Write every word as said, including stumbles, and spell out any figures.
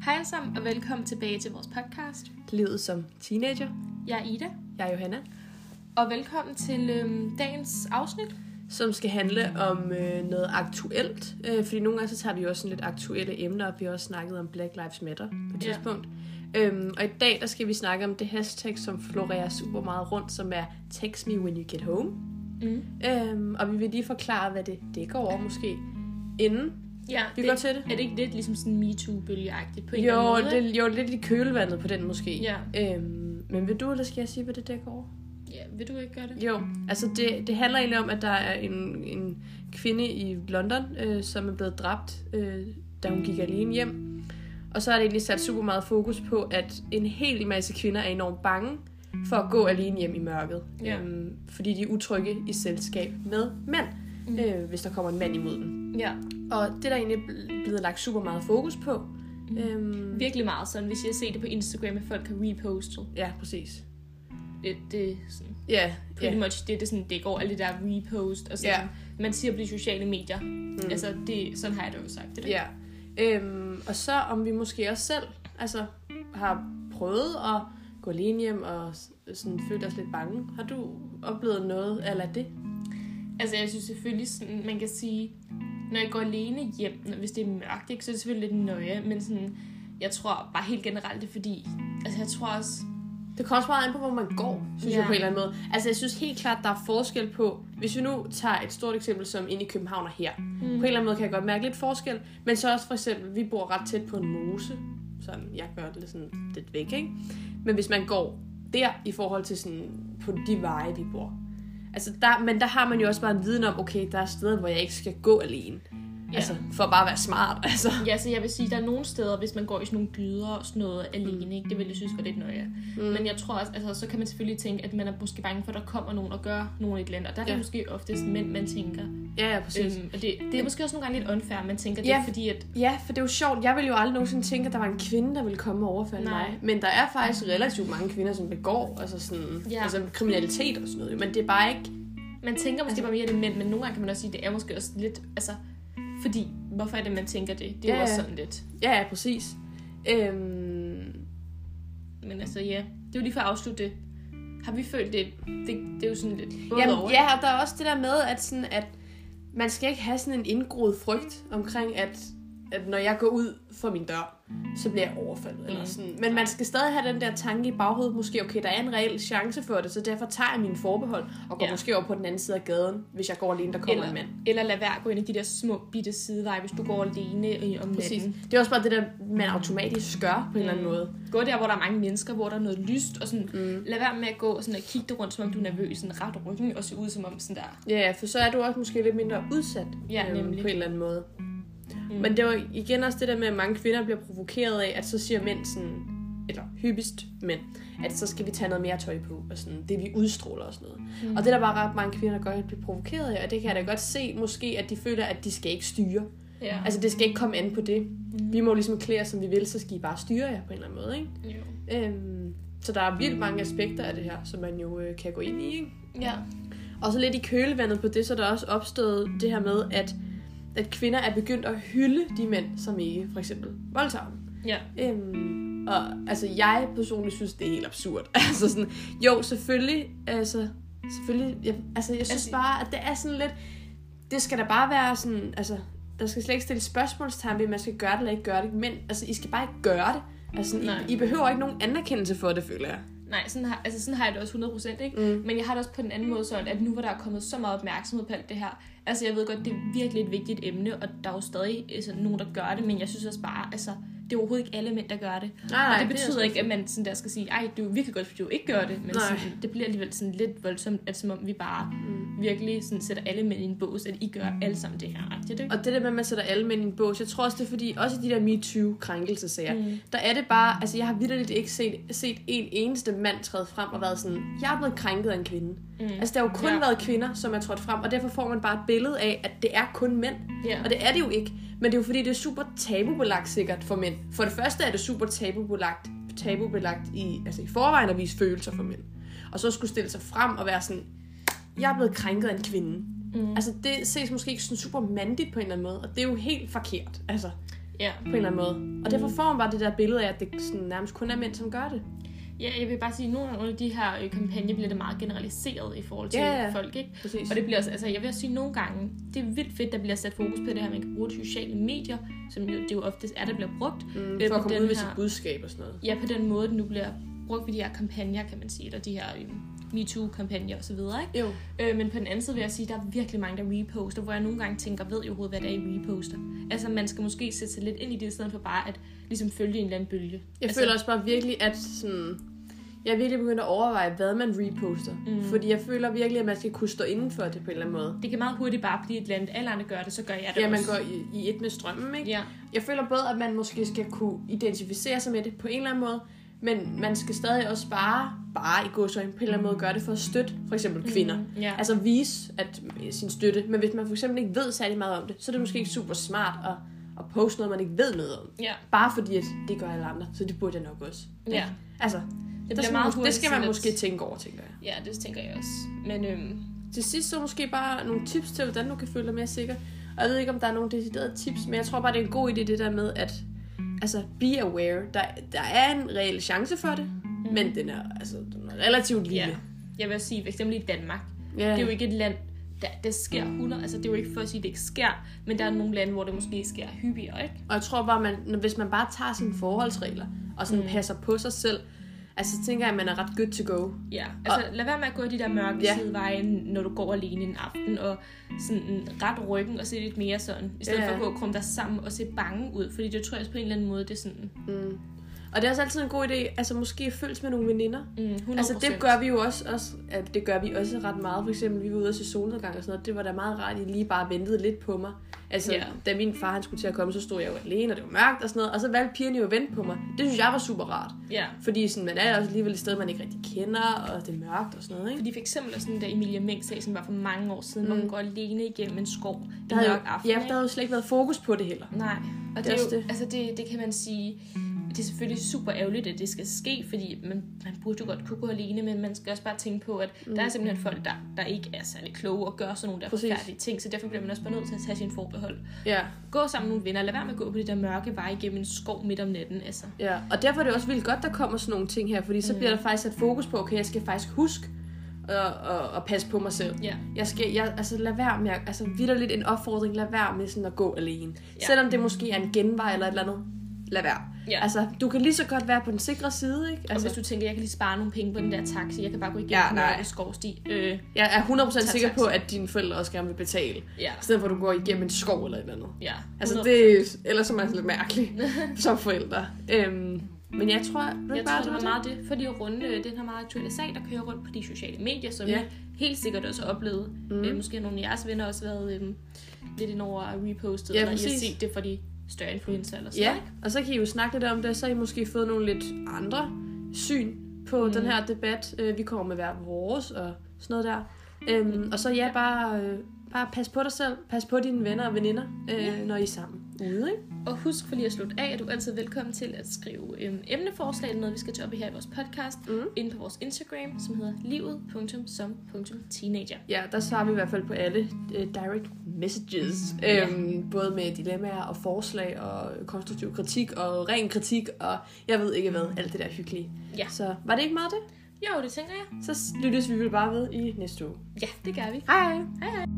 Hej alle sammen, og velkommen tilbage til vores podcast. Livet som teenager. Jeg er Ida. Jeg er Johanna. Og velkommen til øhm, dagens afsnit. Som skal handle om øh, noget aktuelt. Øh, fordi nogle gange så tager vi også sådan lidt aktuelle emner, og vi har også snakket om Black Lives Matter på et tidspunkt. Ja. Øhm, og i dag der skal vi snakke om det hashtag, som florerer super meget rundt, som er Text me when you get home. Mm. Øhm, og vi vil lige forklare, hvad det dækker over måske, inden ja, vi det, går til det. Er det ikke lidt ligesom sådan MeToo-bølgeagtigt på en jo, eller anden måde? det, jo, lidt i kølvandet på den måske. Ja. Øhm, men vil du, eller skal jeg sige, hvad det dækker over? Ja, vil du ikke gøre det? Jo, altså det, det handler egentlig om, at der er en, en kvinde i London, øh, som er blevet dræbt, øh, da hun gik alene hjem. Og så er det egentlig sat super meget fokus på, at en hel masse kvinder er enormt bange for at gå alene hjem i mørket. Ja. Øhm, fordi de er utrygge i selskab med mænd, mm. øh, hvis der kommer en mand imod dem. Ja. Og det er der egentlig blevet lagt super meget fokus på. Mm. Øhm, Virkelig meget sådan, hvis jeg ser det på Instagram, at folk har repostet. ja, præcis. Det, det er sådan... Ja, yeah, pretty yeah. much det, det, sådan, det går alle det der repost og sådan. Yeah. Man siger på de sociale medier. Mm. Altså, det, sådan har jeg da jo sagt det. Ja. Øhm, og så om vi måske også selv altså, har prøvet at gå alene hjem og sådan, følt os lidt bange. Har du oplevet noget eller det? Altså, jeg synes selvfølgelig, sådan, man kan sige, når jeg går alene hjem, hvis det er mørkt, ikke, så er det selvfølgelig lidt nøje, men sådan, jeg tror bare helt generelt, det er fordi, altså jeg tror også... Det kommer også meget an på, hvor man går, synes ja. jeg på en eller anden måde. Altså, jeg synes helt klart, der er forskel på, hvis vi nu tager et stort eksempel som inde i København og her. Mm. På en eller anden måde kan jeg godt mærke lidt forskel, men så også for eksempel, vi bor ret tæt på en mose, sådan, jeg gør det lidt sådan lidt væk, ikke? Men hvis man går der i forhold til sådan, på de veje, vi bor. Altså, der, men der har man jo også bare en viden om, okay, der er steder, hvor jeg ikke skal gå alene. Ja. Altså, for bare at være smart, altså. Ja, så jeg vil sige, der er nogle steder, hvis man går i sådan nogle gyder og sådan noget alene, ikke? Det vil jeg synes var lidt nøje. Mm. Men jeg tror også, altså, så kan man selvfølgelig tænke, at man er måske bange for, at der kommer nogen og gør nogen i et land. Og der er det ja. måske oftest mænd, man tænker. Ja, ja, præcis. Øhm, og det, det er måske også nogle gange lidt unfair, man tænker det, ja, fordi at... Ja, for det er jo sjovt. Jeg ville jo aldrig nogensinde tænke, at der var en kvinde, der ville komme og overfalde Nej. mig. Men der er faktisk relativt mange kvinder, som begår altså sådan, ja. altså kriminalitet og sådan noget. Men det er bare ikke... Man tænker måske altså, bare mere, at det er mænd, men nogle gange kan man også sige, at det er måske også lidt... Altså, fordi, hvorfor er det, man tænker det? Det er ja, jo også sådan lidt. Ja, ja, præcis. Øhm... Men altså, ja. Det er jo lige for at afslutte det. Har vi følt det? Det, det er jo sådan lidt både Jamen, over. Ja, og der er også det der med, at, sådan, at man skal ikke have sådan en indgroet frygt omkring, at, at når jeg går ud for min dør, så bliver jeg overfaldet. Mm. Eller sådan. Men man skal stadig have den der tanke i baghovedet, måske, okay, der er en reel chance for det, så derfor tager jeg mine forbehold og går ja. måske over på den anden side af gaden, hvis jeg går alene, der kommer eller, en mand. Eller lad være at gå ind i de der små bitte sideveje, hvis du går alene om Præcis. natten. Det er også bare det der, man automatisk gør på en mm. eller anden måde. Gå der, hvor der er mange mennesker, hvor der er noget lyst, og sådan, mm. lad være med at gå sådan og kigge rundt, som om du er nervøs, sådan ret ryggen, og se ud som om sådan der. Ja, for så er du også måske lidt mindre udsat ja, øhm, nemlig. på en eller anden måde. Mm. Men det var igen også det der med, at mange kvinder bliver provokeret af, at så siger mænd sådan, eller hyppigst mænd, at så skal vi tage noget mere tøj på, og sådan, det vi udstråler og sådan noget. Mm. Og det der bare ret mange kvinder godt bliver provokeret af, og det kan jeg da godt se måske, at de føler, at de skal ikke styre. Ja. Altså det skal ikke komme an på det. Mm. Vi må ligesom klæde os, som vi vil, så skal I bare styre jer på en eller anden måde, ikke? Jo. Øhm, så der er vildt mange aspekter af det her, som man jo øh, kan gå ind i, ikke? Ja. Og så lidt i kølevandet på det, så der er også opstået det her med, at at kvinder er begyndt at hylde de mænd, som ikke for eksempel voldtager dem. Ja. Øhm, og altså, jeg personligt synes, det er helt absurd. altså sådan, jo, selvfølgelig, altså, selvfølgelig, jeg, altså, jeg synes bare, at det er sådan lidt, det skal da bare være sådan, altså, der skal slet ikke stille spørgsmålstegn ved, at man skal gøre det eller ikke gøre det, men altså, I skal bare ikke gøre det. Altså, I, I behøver ikke nogen anerkendelse for det, føler jeg. Nej, sådan har, altså sådan har jeg det også hundrede procent, ikke? Mm. Men jeg har det også på den anden måde sådan, at nu hvor der er kommet så meget opmærksomhed på alt det her, altså jeg ved godt, det er virkelig et vigtigt emne, og der er jo stadig altså, nogen, der gør det, men jeg synes også bare, altså, det er overhovedet ikke alle mænd, der gør det. Nej, og det betyder det ikke, at man sådan der skal sige, ej, det er jo virkelig godt, fordi du ikke gør det, men sådan, det bliver alligevel sådan lidt voldsomt, at som om vi bare mm. virkelig sådan, sætter alle mænd i en bås, at I gør alle sammen det her. Det, det. Og det der med, at man sætter alle mænd i en bås, jeg tror også, det er fordi, også i de der MeToo-krænkelsesager, mm. der er det bare, altså jeg har vitterligt ikke set, set en eneste mand træde frem og været sådan, jeg er blevet krænket af en kvinde. Mm. Altså der har jo kun ja. været kvinder, som er trådt frem, og derfor får man bare et billede af, at det er kun mænd. Ja. Og det er det jo ikke. Men det er jo fordi, det er super tabubelagt sikkert for mænd. For det første er det super tabubelagt, tabubelagt i, altså i forvejen at vise følelser for mænd. Og så skulle stille sig frem og være sådan, jeg er blevet krænket af en kvinde. Mm. Altså det ses måske ikke sådan super mandigt på en eller anden måde, og det er jo helt forkert. Altså. Ja. På en eller anden måde. Og derfor får man bare det der billede af, at det sådan nærmest kun er mænd, som gør det. Ja, jeg vil bare sige, at nogle af de her øh, kampagner bliver det meget generaliseret i forhold til ja, ja. folk, ikke? Præcis. Og det bliver også, altså jeg vil også sige, nogle gange, det er vildt fedt, der bliver sat fokus på det her, man kan bruge de sociale medier, som jo, det jo oftest er, der bliver brugt. Mm, øh, for at komme ud med her, sit budskab og sådan noget. Ja, på den måde, den nu bliver brugt ved de her kampagner, kan man sige, eller de her øh, MeToo-kampagner og så videre, ikke? Jo. Øh, men på den anden side vil jeg sige, at der er virkelig mange, der reposter, hvor jeg nogle gange tænker, ved jo overhovedet, hvad det er, I reposter. Altså, man skal måske sætte sig lidt ind i det, i stedet for bare at ligesom følge en eller anden bølge. Jeg altså, føler også bare virkelig, at sådan... Jeg er virkelig begyndt at overveje, hvad man reposter. Mm. Fordi jeg føler virkelig, at man skal kunne stå inden for det på en eller anden måde. Det kan meget hurtigt bare blive et eller andet. Alle andre gør det, så gør jeg det ja, også. Ja, man går i, i et med strømmen, ikke? Ja. Jeg føler både, at man måske skal kunne identificere sig med det på en eller anden måde, men man skal stadig også bare, bare i godsøjne på en eller anden måde gøre det for at støtte for eksempel kvinder. Mm, yeah. Altså vise at, sin støtte. Men hvis man for eksempel ikke ved særlig meget om det, så er det måske ikke super smart at, at poste noget, man ikke ved noget om. Yeah. Bare fordi, at det gør alle andre. Så det burde jeg nok også. Ja. Yeah. Altså, det, det, meget det skal man lidt... måske tænke over, tænker jeg. Ja, det tænker jeg også. Men øhm... til sidst så måske bare nogle tips til, hvordan du kan føle dig mere sikker. Og jeg ved ikke, om der er nogle deciderede tips, men jeg tror bare, det er en god idé, det der med, at altså, be aware. Der, der er en reel chance for det, mm. men den er, altså, den er relativt lille. Ja. Jeg vil sige, for eksempel i Danmark. Ja. Det er jo ikke et land, der, der sker hundrede. Altså, det er jo ikke for at sige, at det ikke sker, men der er nogle lande, hvor det måske sker hyppigere, ikke? Og jeg tror bare, man, hvis man bare tager sine forholdsregler, og sådan mm. passer på sig selv, altså, så tænker jeg, at man er ret good to go. Ja, altså og, lad være med at gå de der mørke ja. sideveje, når du går alene en aften, og sådan ret ryggen og se lidt mere sådan, i stedet ja. for at gå og krumme dig sammen og se bange ud, fordi det tror jeg på en eller anden måde, det er sådan... Mm. Og det er også altid en god idé, altså måske følges med nogle veninder. Mm, hundrede procent. Altså det gør vi jo også, også at det gør vi også ret meget. For eksempel, vi var ude og se solnedgang og sådan noget. Det var da meget rart, at I lige bare ventede lidt på mig. Altså, yeah. da min far han skulle til at komme, så stod jeg jo alene, og det var mørkt og sådan noget. Og så valgte pigerne jo at vente på mig. Det synes jeg var super rart. Yeah. Fordi sådan, man er også alligevel et sted, man ikke rigtig kender, og det er mørkt og sådan noget, ikke? Fordi for eksempel sådan der Emilie Meng-sag, som var for mange år siden, mm. hvor hun går alene igennem en skov der en mørk jo, aften. Ja, der havde jo slet ikke været fokus på det heller. Nej, og det, det er jo, det. Altså det, det kan man sige... Det er selvfølgelig super ærgerligt, at det skal ske, fordi man, man burde jo godt kunne gå alene, men man skal også bare tænke på, at mm. der er simpelthen folk, der, der ikke er særlig kloge og gør sådan nogle der Præcis. forfærdelige ting, så derfor bliver man også bare nødt til at tage sin forbehold. Ja. Gå sammen med nogle venner, lad være med at gå på de der mørke veje gennem en skov midt om natten. Altså. Ja, og derfor er det også vildt godt, der kommer sådan nogle ting her, fordi så mm. bliver der faktisk sat fokus på, okay, jeg skal faktisk huske at, at, at passe på mig selv. Ja. Jeg skal, jeg, altså lad være med, altså vitterligt en opfordring, lad være med sådan at gå alene. Ja. Selvom det måske er en genvej eller et eller andet, lad være. Ja. Altså, du kan lige så godt være på den sikre side, ikke? Altså, og hvis du tænker, jeg kan lige spare nogle penge på den der taxi, jeg kan bare gå igennem ja, den der skovsti. Øh, jeg er hundrede procent sikker taxi. på, at dine forældre også gerne vil betale. Ja. I stedet for, at du går igennem en skov eller et eller andet. Ja, altså, det, ellers er man lidt mærkelig som forældre. Øhm, men jeg tror, det jeg bare, tror, det var meget det. Fordi at runde den her meget aktuelle sag, der kører rundt på de sociale medier, som ja. I helt sikkert også har oplevet. Mm. Øh, måske nogle af jeres venner også været øh, lidt ind over repostet, ja, eller I har set det for de større influencer eller sådan. Ja, og så kan I jo snakke lidt om det, så har I måske fået nogle lidt andre syn på mm. den her debat. Vi kommer med hver vores og sådan noget der. Øhm, og så ja, bare, øh, bare pas på dig selv, pas på dine venner og veninder, øh, ja. når I er sammen ude, ikke? Og husk for lige at slutte af, at du er altid velkommen til at skrive øhm, emneforslag, eller noget, vi skal tage op i her i vores podcast, mm. inde på vores Instagram, som hedder livet punktum som punktum teenager. Ja, der svarer vi i hvert fald på alle uh, direct messages, mm. øhm, både med dilemmaer og forslag og konstruktiv kritik og ren kritik og jeg ved ikke hvad, alt det der hyggelige. Ja. Så var det ikke meget det? Jo, det tænker jeg. Så lyttes vi vel bare ved i næste uge. Ja, det gør vi. Hej hej. Hej hej.